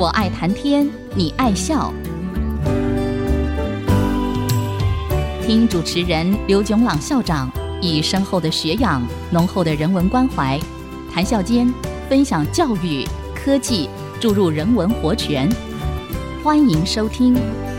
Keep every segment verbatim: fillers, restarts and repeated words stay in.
我爱谈天，你爱笑。听主持人刘炯朗校长以深厚的学养、浓厚的人文关怀，谈笑间分享教育、科技，注入人文活泉。欢迎收听。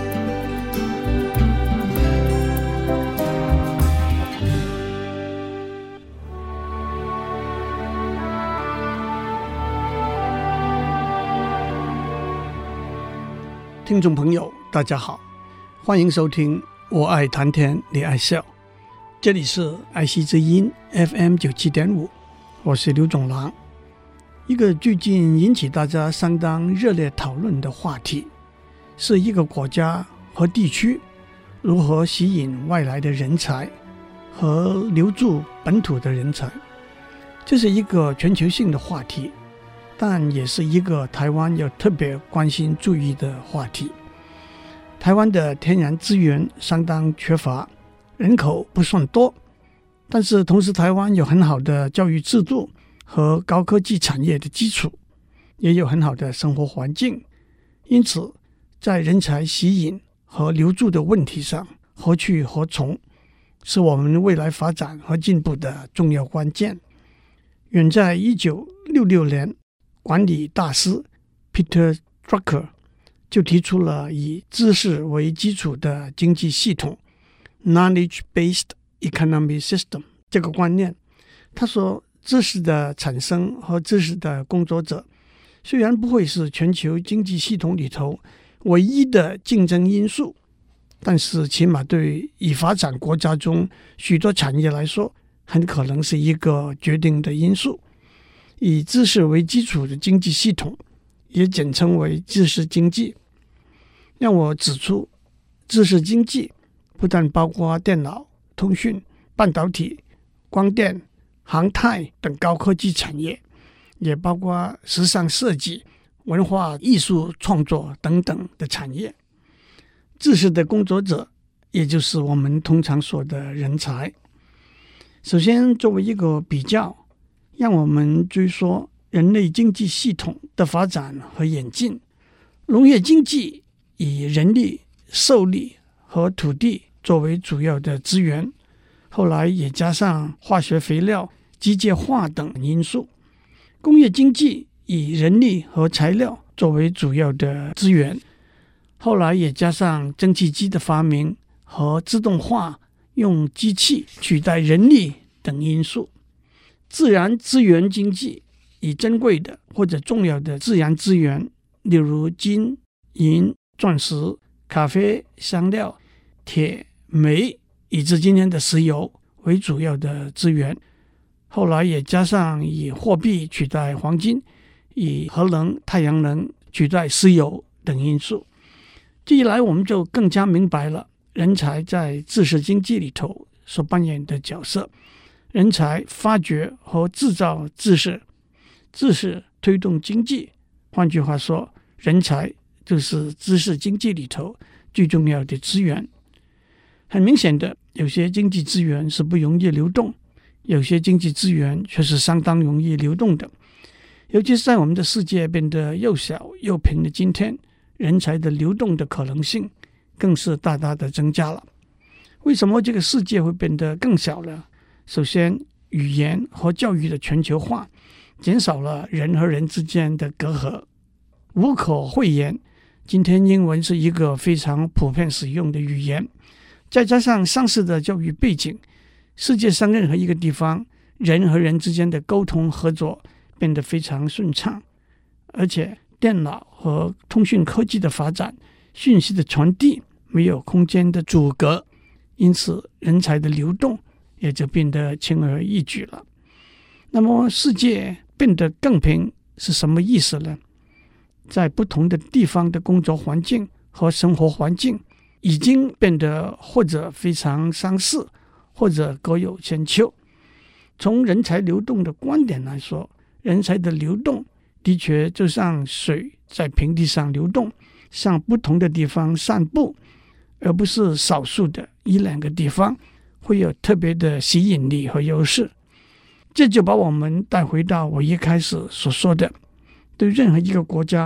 听众朋友大家好，欢迎收听我爱谈天你爱笑，这里是爱惜之音 F M 九七点五，我是刘炯朗。一个最近引起大家相当热烈讨论的话题，是一个国家和地区如何吸引外来的人才和留住本土的人才。这是一个全球性的话题，但也是一个台湾要特别关心注意的话题。台湾的天然资源相当缺乏，人口不算多，但是同时台湾有很好的教育制度和高科技产业的基础，也有很好的生活环境，因此在人才吸引和留住的问题上，何去何从是我们未来发展和进步的重要关键。远在一九六六年，管理大师 Peter Drucker 就提出了以知识为基础的经济系统 Knowledge-Based Economic System 这个观念。他说，知识的产生和知识的工作者虽然不会是全球经济系统里头唯一的竞争因素，但是起码对已发展国家中许多产业来说，很可能是一个决定的因素。以知识为基础的经济系统也简称为知识经济。让我指出，知识经济不但包括电脑、通讯、半导体、光电、航太等高科技产业，也包括时尚设计、文化艺术创作等等的产业。知识的工作者，也就是我们通常说的人才。首先，作为一个比较，让我们追溯人类经济系统的发展和演进。农业经济以人力、兽力和土地作为主要的资源，后来也加上化学肥料、机械化等因素。工业经济以人力和材料作为主要的资源，后来也加上蒸汽机的发明和自动化，用机器取代人力等因素。自然资源经济以珍贵的或者重要的自然资源，例如金、银、钻石、咖啡、香料、铁、煤，以至今天的石油为主要的资源。后来也加上以货币取代黄金，以核能、太阳能取代石油等因素。这一来，我们就更加明白了人才在知识经济里头所扮演的角色。人才发掘和制造知识，知识推动经济。换句话说，人才就是知识经济里头最重要的资源。很明显的，有些经济资源是不容易流动，有些经济资源却是相当容易流动的。尤其是在我们的世界变得又小又平的今天，人才的流动的可能性更是大大的增加了。为什么这个世界会变得更小呢？首先，语言和教育的全球化减少了人和人之间的隔阂，无可讳言，今天英文是一个非常普遍使用的语言。再加上上世的教育背景，世界上任何一个地方，人和人之间的沟通合作变得非常顺畅。而且电脑和通讯科技的发展，讯息的传递没有空间的阻隔，因此人才的流动也就变得轻而易举了。那么世界变得更平是什么意思呢？在不同的地方的工作环境和生活环境已经变得或者非常相似，或者各有千秋。从人才流动的观点来说，人才的流动的确就像水在平地上流动，向不同的地方散布，而不是少数的一两个地方会有特别的吸引力和优势。这就把我们带回到我一开始所说的，对任何一个国家，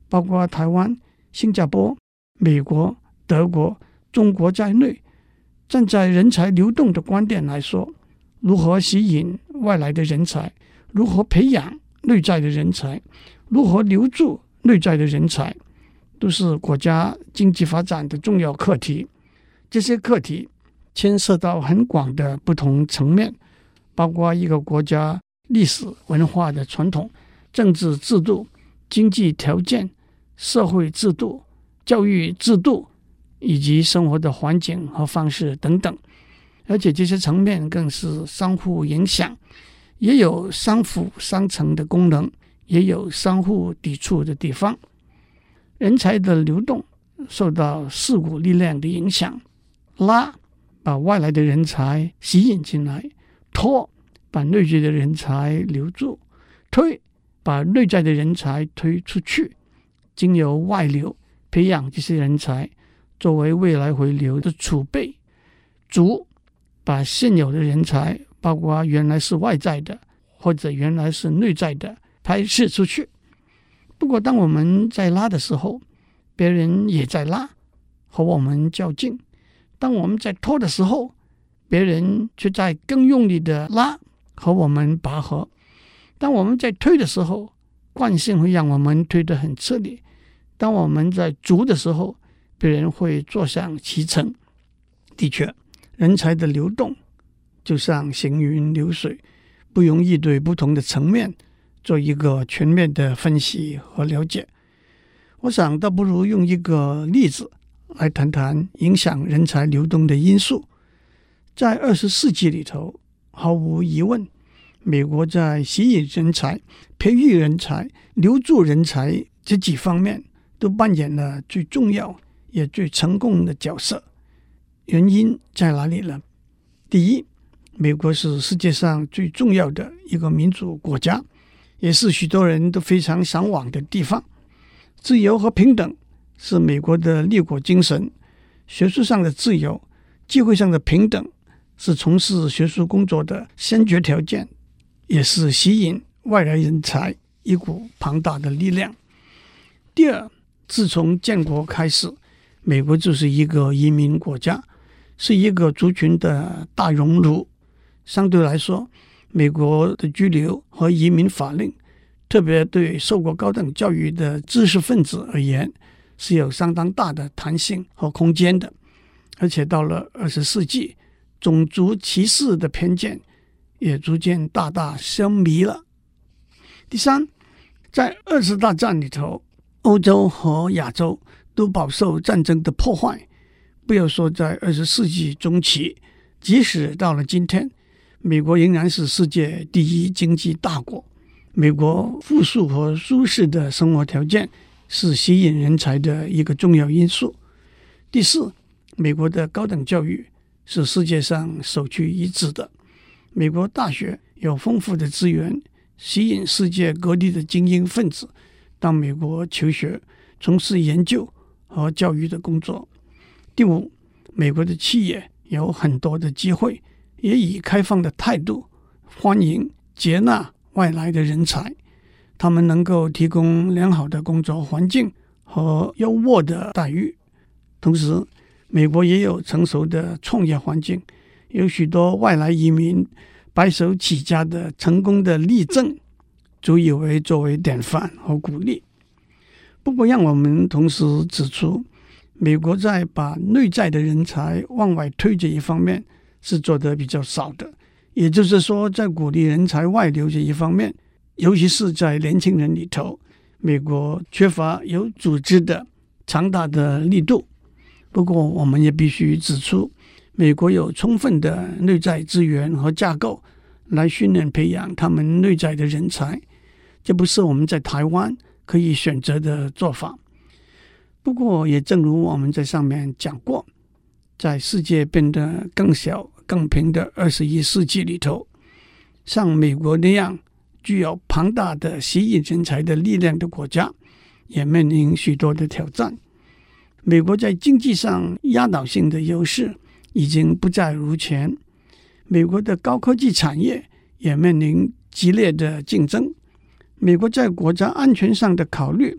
包括台湾、新加坡、美国、德国、中国在内，站在人才流动的观点来说，如何吸引外来的人才，如何培养内在的人才，如何留住内在的人才，都是国家经济发展的重要课题。这些课题牵涉到很广的不同层面，包括一个国家历史文化的传统、政治制度、经济条件、社会制度、教育制度以及生活的环境和方式等等。而且这些层面更是相互影响，也有相辅相成的功能，也有相互抵触的地方。人才的流动受到四股力量的影响，拉把外来的人才吸引进来，拖把内在的人才留住，推把内在的人才推出去，经由外流培养这些人才作为未来回流的储备，逐把现有的人才，包括原来是外在的或者原来是内在的，排斥出去。不过当我们在拉的时候，别人也在拉，和我们较劲。当我们在拖的时候，别人却在更用力的拉，和我们拔河。当我们在推的时候，惯性会让我们推得很吃力。当我们在逐的时候，别人会坐享其成。的确，人才的流动就像行云流水，不容易对不同的层面做一个全面的分析和了解。我想倒不如用一个例子来谈谈影响人才流动的因素。在二十世纪里头，毫无疑问，美国在吸引人才、培育人才、留住人才这几方面都扮演了最重要也最成功的角色。原因在哪里呢？第一，美国是世界上最重要的一个民主国家，也是许多人都非常向往的地方。自由和平等是美国的立国精神，学术上的自由、机会上的平等是从事学术工作的先决条件，也是吸引外来人才一股庞大的力量。第二，自从建国开始，美国就是一个移民国家，是一个族群的大熔炉。相对来说，美国的居留和移民法令，特别对受过高等教育的知识分子而言，是有相当大的弹性和空间的。而且到了二十世纪，种族歧视的偏见也逐渐大大消弭了。第三，在二次大战里头，欧洲和亚洲都饱受战争的破坏。不要说在二十世纪中期，即使到了今天，美国仍然是世界第一经济大国。美国富庶和舒适的生活条件是吸引人才的一个重要因素。第四，美国的高等教育是世界上首屈一指的。美国大学有丰富的资源，吸引世界各地的精英分子到美国求学，从事研究和教育的工作。第五，美国的企业有很多的机会，也以开放的态度欢迎接纳外来的人才，他们能够提供良好的工作环境和优渥的待遇。同时，美国也有成熟的创业环境，有许多外来移民白手起家的成功的例证，足以为作为典范和鼓励。不过，让我们同时指出，美国在把内在的人才往外推这一方面是做得比较少的。也就是说，在鼓励人才外流这一方面，尤其是在年轻人里头，美国缺乏有组织的强大的力度。不过我们也必须指出，美国有充分的内在资源和架构来训练培养他们内在的人才，这不是我们在台湾可以选择的做法。不过也正如我们在上面讲过，在世界变得更小更平的二十一世纪里头，像美国那样具有庞大的吸引人才的力量的国家，也面临许多的挑战。美国在经济上压倒性的优势已经不再如前，美国的高科技产业也面临激烈的竞争。美国在国家安全上的考虑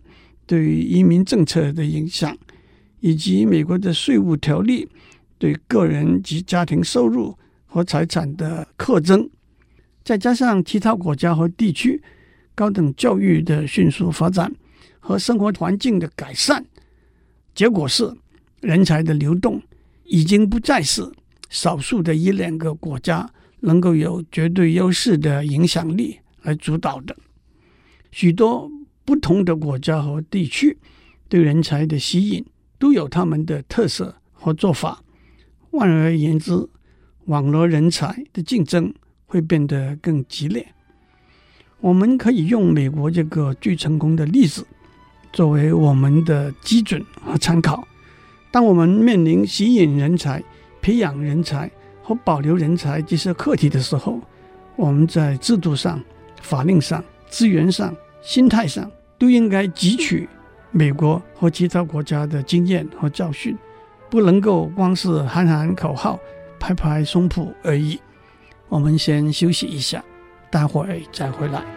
对于移民政策的影响，以及美国的税务条例对个人及家庭收入和财产的课征，再加上其他国家和地区高等教育的迅速发展和生活环境的改善，结果是人才的流动已经不再是少数的一两个国家能够有绝对优势的影响力来主导的。许多不同的国家和地区对人才的吸引都有他们的特色和做法。换而言之，网罗人才的竞争会变得更激烈。我们可以用美国这个最成功的例子作为我们的基准和参考。当我们面临吸引人才、培养人才和保留人才这些课题的时候，我们在制度上、法令上、资源上、心态上都应该汲取美国和其他国家的经验和教训，不能够光是喊喊口号、拍拍胸脯而已。我们先休息一下，待会儿再回来。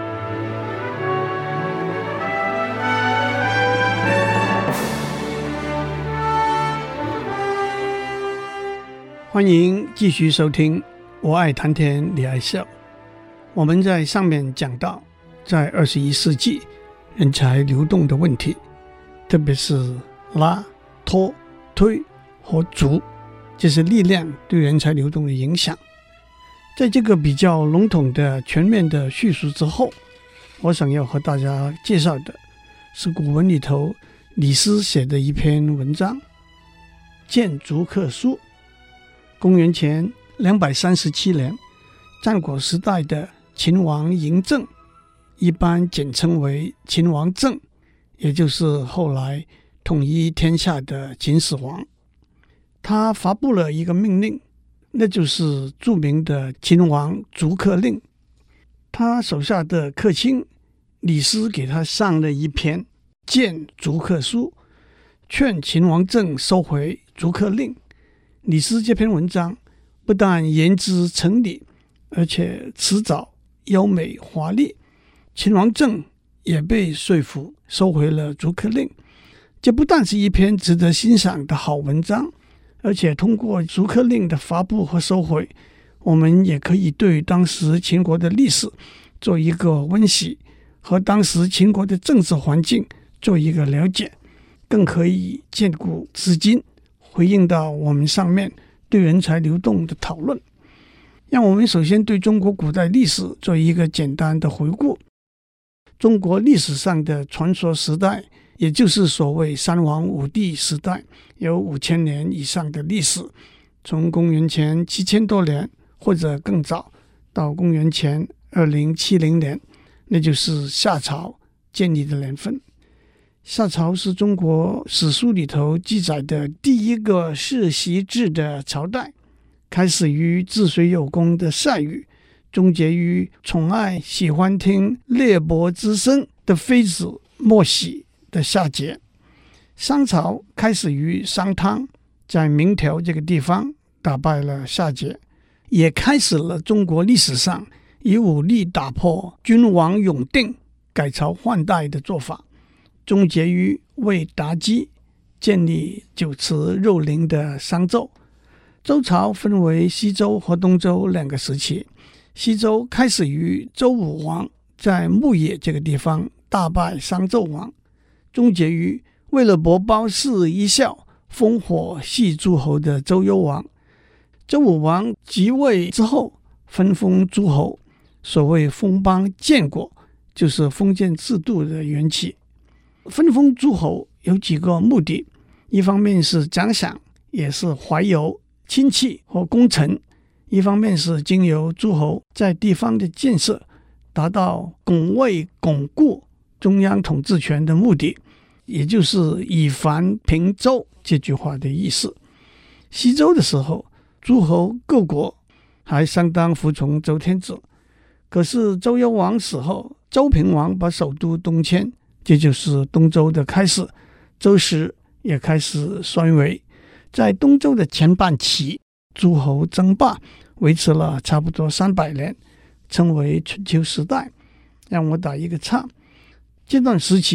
欢迎继续收听我爱谈天你爱笑。我们在上面讲到，在二十一世纪人才流动的问题，特别是拉、拖、推和逐这些力量对人才流动的影响。在这个比较笼统的全面的叙述之后，我想要和大家介绍的是古文里头李斯写的一篇文章《谏逐客书》。公元前两百三十七年，战国时代的秦王嬴政，一般简称为秦王政，也就是后来统一天下的秦始皇。他发布了一个命令，那就是著名的秦王逐客令。他手下的客卿李斯给他上了一篇谏逐客书，劝秦王政收回逐客令。李斯这篇文章不但言之成理，而且辞藻优美华丽，秦王政也被说服收回了逐客令。这不但是一篇值得欣赏的好文章，而且通过逐客令的发布和收回，我们也可以对当时秦国的历史做一个温习，和当时秦国的政治环境做一个了解，更可以见古知今，回应到我们上面对人才流动的讨论。让我们首先对中国古代历史做一个简单的回顾。中国历史上的传说时代，也就是所谓三皇五帝时代，有五千年以上的历史，从公元前七千多年或者更早到公元前二零七零年，那就是夏朝建立的年份。夏朝是中国史书里头记载的第一个世袭制的朝代，开始于治水有功的夏禹，终结于宠爱喜欢听猎伯之声的妃子莫喜的夏桀。商朝开始于商汤，在明条这个地方打败了夏桀，也开始了中国历史上以武力打破君王永定、改朝换代的做法，终结于为妲己建立酒池肉林的商纣。周朝分为西周和东周两个时期，西周开始于周武王在牧野这个地方大败商纣王，终结于为了博褒姒一笑烽火戏诸侯的周幽王。周武王即位之后分封诸侯，所谓封邦建国，就是封建制度的缘起。分封诸侯有几个目的，一方面是奖赏，也是怀柔亲戚和功臣；一方面是经由诸侯在地方的建设，达到拱卫巩固中央统治权的目的，也就是以藩平周这句话的意思。西周的时候，诸侯各国还相当服从周天子，可是周幽王死后，周平王把首都东迁，这就是东周的开始，周时也开始衰微。在东周的前半期，诸侯争霸维持了差不多三百年，称为春秋时代。让我打一个岔，这段时期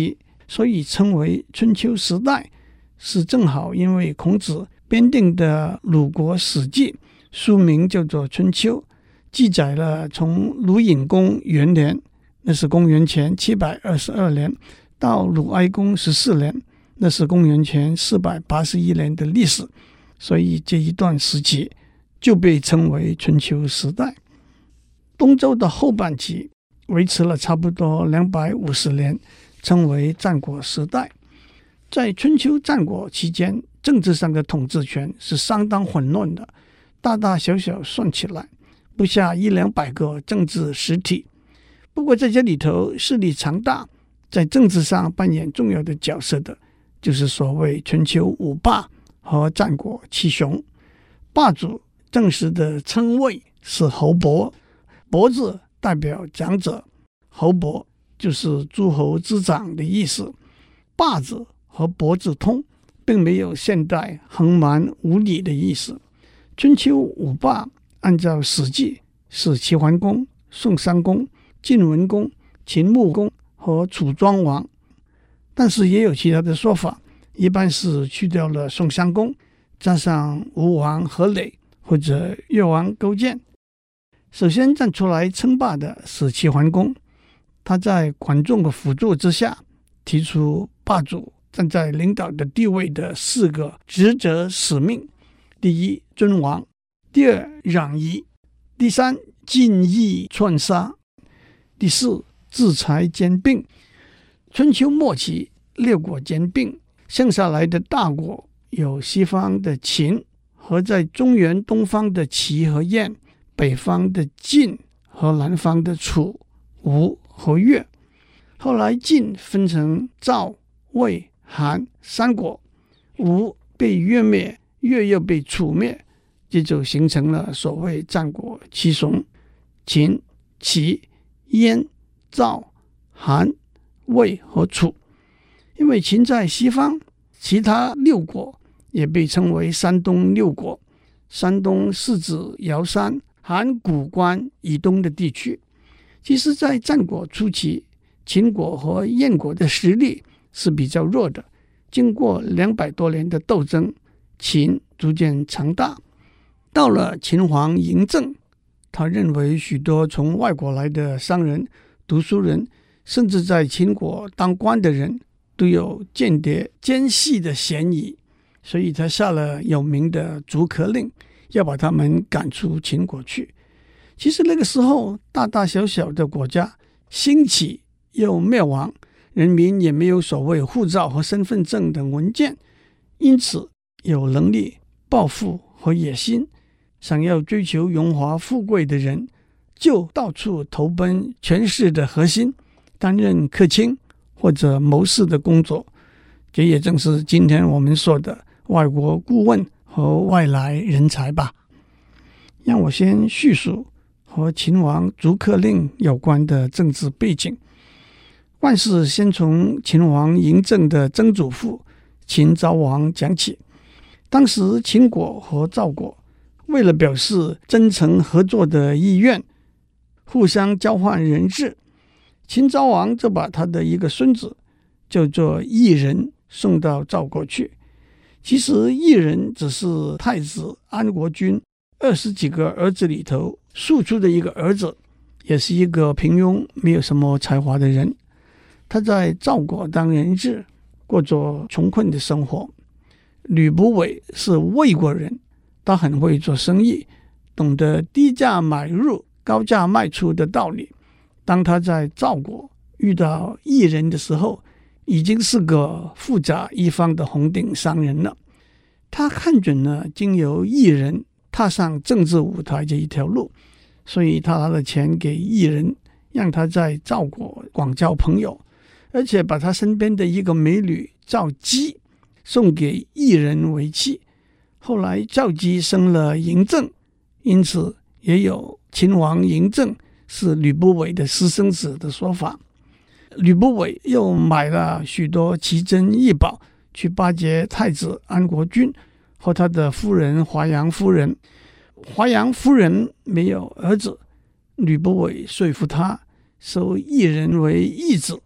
所以称为春秋时代，是正好因为孔子编定的鲁国史记，书名叫做《春秋》，记载了从鲁隐公元年，那是公元前七百二十二年，到鲁哀公十四年，那是公元前四百八十一年的历史，所以这一段时期就被称为春秋时代。东周的后半期维持了差不多两百五十年，称为战国时代。在春秋战国期间，政治上的统治权是相当混乱的，大大小小算起来不下一两百个政治实体。不过在这里头势力强大，在政治上扮演重要的角色的，就是所谓春秋五霸和战国七雄。霸主正式的称谓是侯伯，伯字代表长者，侯伯就是诸侯之长的意思。霸字和伯字通，并没有现代横蛮无理的意思。春秋五霸按照史记是齐桓公、宋襄公、晋文公、秦穆公和楚庄王，但是也有其他的说法，一般是去掉了宋襄公，加上吴王阖闾或者越王勾践。首先站出来称霸的是齐桓公，他在管仲的辅助之下，提出霸主站在领导的地位的四个职责使命：第一，尊王；第二，攘夷；第三，尽义篡杀；第四，制裁兼并。春秋末期，六国兼并，剩下来的大国有西方的秦和在中原东方的齐和燕，北方的晋和南方的楚、吴和越。后来晋分成赵、魏、韩三国，吴被越灭，越又被楚灭，这就形成了所谓战国七雄：秦、齐、燕、赵、韩、魏和楚。因为秦在西方，其他六国也被称为山东六国。山东是指尧山、函谷关以东的地区。其实在战国初期，秦国和燕国的实力是比较弱的，经过两百多年的斗争，秦逐渐强大。到了秦皇嬴政，他认为许多从外国来的商人、读书人，甚至在秦国当官的人，都有间谍奸细的嫌疑，所以他下了有名的逐客令，要把他们赶出秦国去。其实那个时候，大大小小的国家兴起又灭亡，人民也没有所谓护照和身份证等文件，因此有能力、抱负和野心，想要追求荣华富贵的人，就到处投奔权势的核心，担任客卿或者谋士的工作。这也正是今天我们说的外国顾问和外来人才吧。让我先叙述和秦王逐客令有关的政治背景。万事先从秦王嬴政的曾祖父秦昭王讲起。当时秦国和赵国为了表示真诚合作的意愿，互相交换人质，秦昭王就把他的一个孙子叫做异人送到赵国去。其实异人只是太子安国君二十几个儿子里头庶出的一个儿子，也是一个平庸没有什么才华的人。他在赵国当人质，过着穷困的生活。吕不韦是魏国人，他很会做生意，懂得低价买入高价卖出的道理。当他在赵国遇到异人的时候，已经是个富甲一方的红顶商人了。他看准了经由异人踏上政治舞台这一条路，所以他拿了钱给异人，让他在赵国广交朋友，而且把他身边的一个美女赵姬送给异人为妻。后来赵姬生了嬴政，因此也有秦王嬴政是吕不韦的私生子的说法。吕不韦又买了许多奇珍异宝去巴结太子安国君和他的夫人华阳夫人。华阳夫人没有儿子，吕不韦说服他收异人为义子，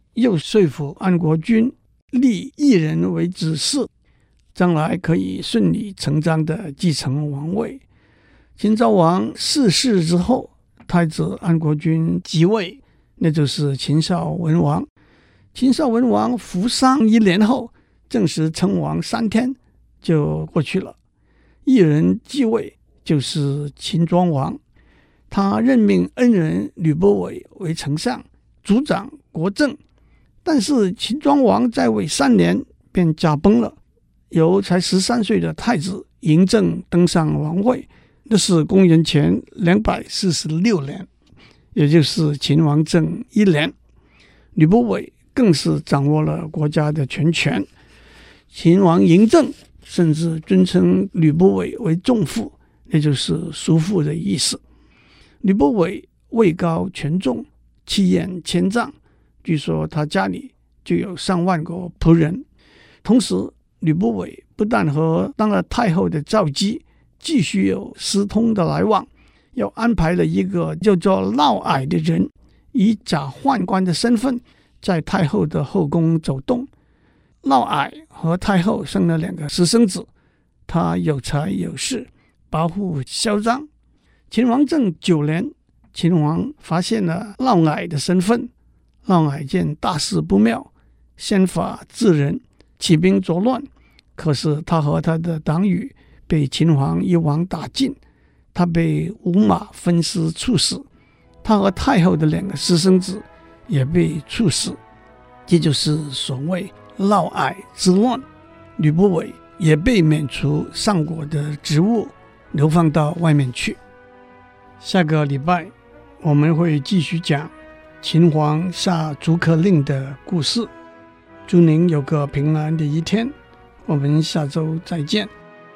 又说服安国君立一人为子嗣，将来可以顺理成章地继承王位。秦昭王逝世之后，太子安国君即位，那就是秦孝文王。秦孝文王服丧一年后，正式称王三天就过去了。一人继位，就是秦庄王。他任命恩人吕不韦为丞相，主掌国政。但是秦庄王在位三年便驾崩了，由才十三岁的太子嬴政登上王位，那是公元前两百四十六年，也就是秦王政一年。吕不韦更是掌握了国家的全权，秦王嬴政甚至尊称吕不韦为仲父，也就是叔父的意思。吕不韦位高权重，气焰千丈，据说他家里就有上万个仆人。同时，吕不韦不但和当了太后的赵姬继续有私通的来往，又安排了一个叫做嫪毐的人，以假宦官的身份在太后的后宫走动。嫪毐和太后生了两个私生子，他有才有势，跋扈嚣张。秦王政九年，秦王发现了嫪毐的身份。嫪毐见大事不妙，先发制人，起兵作乱。可是他和他的党羽被秦王一网打尽，他被五马分尸处死。他和太后的两个私生子也被处死，这就是所谓嫪毐之乱。吕不韦也被免除上国的职务，流放到外面去。下个礼拜我们会继续讲秦皇下逐客令的故事。祝您有个平安的一天，我们下周再见。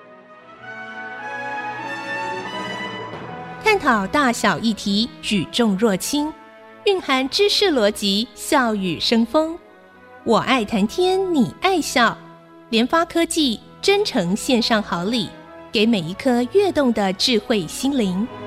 探讨大小议题，举重若轻，蕴含知识逻辑，笑语生风。我爱谈天，你爱笑。联发科技真诚献上好礼，给每一颗跃动的智慧心灵。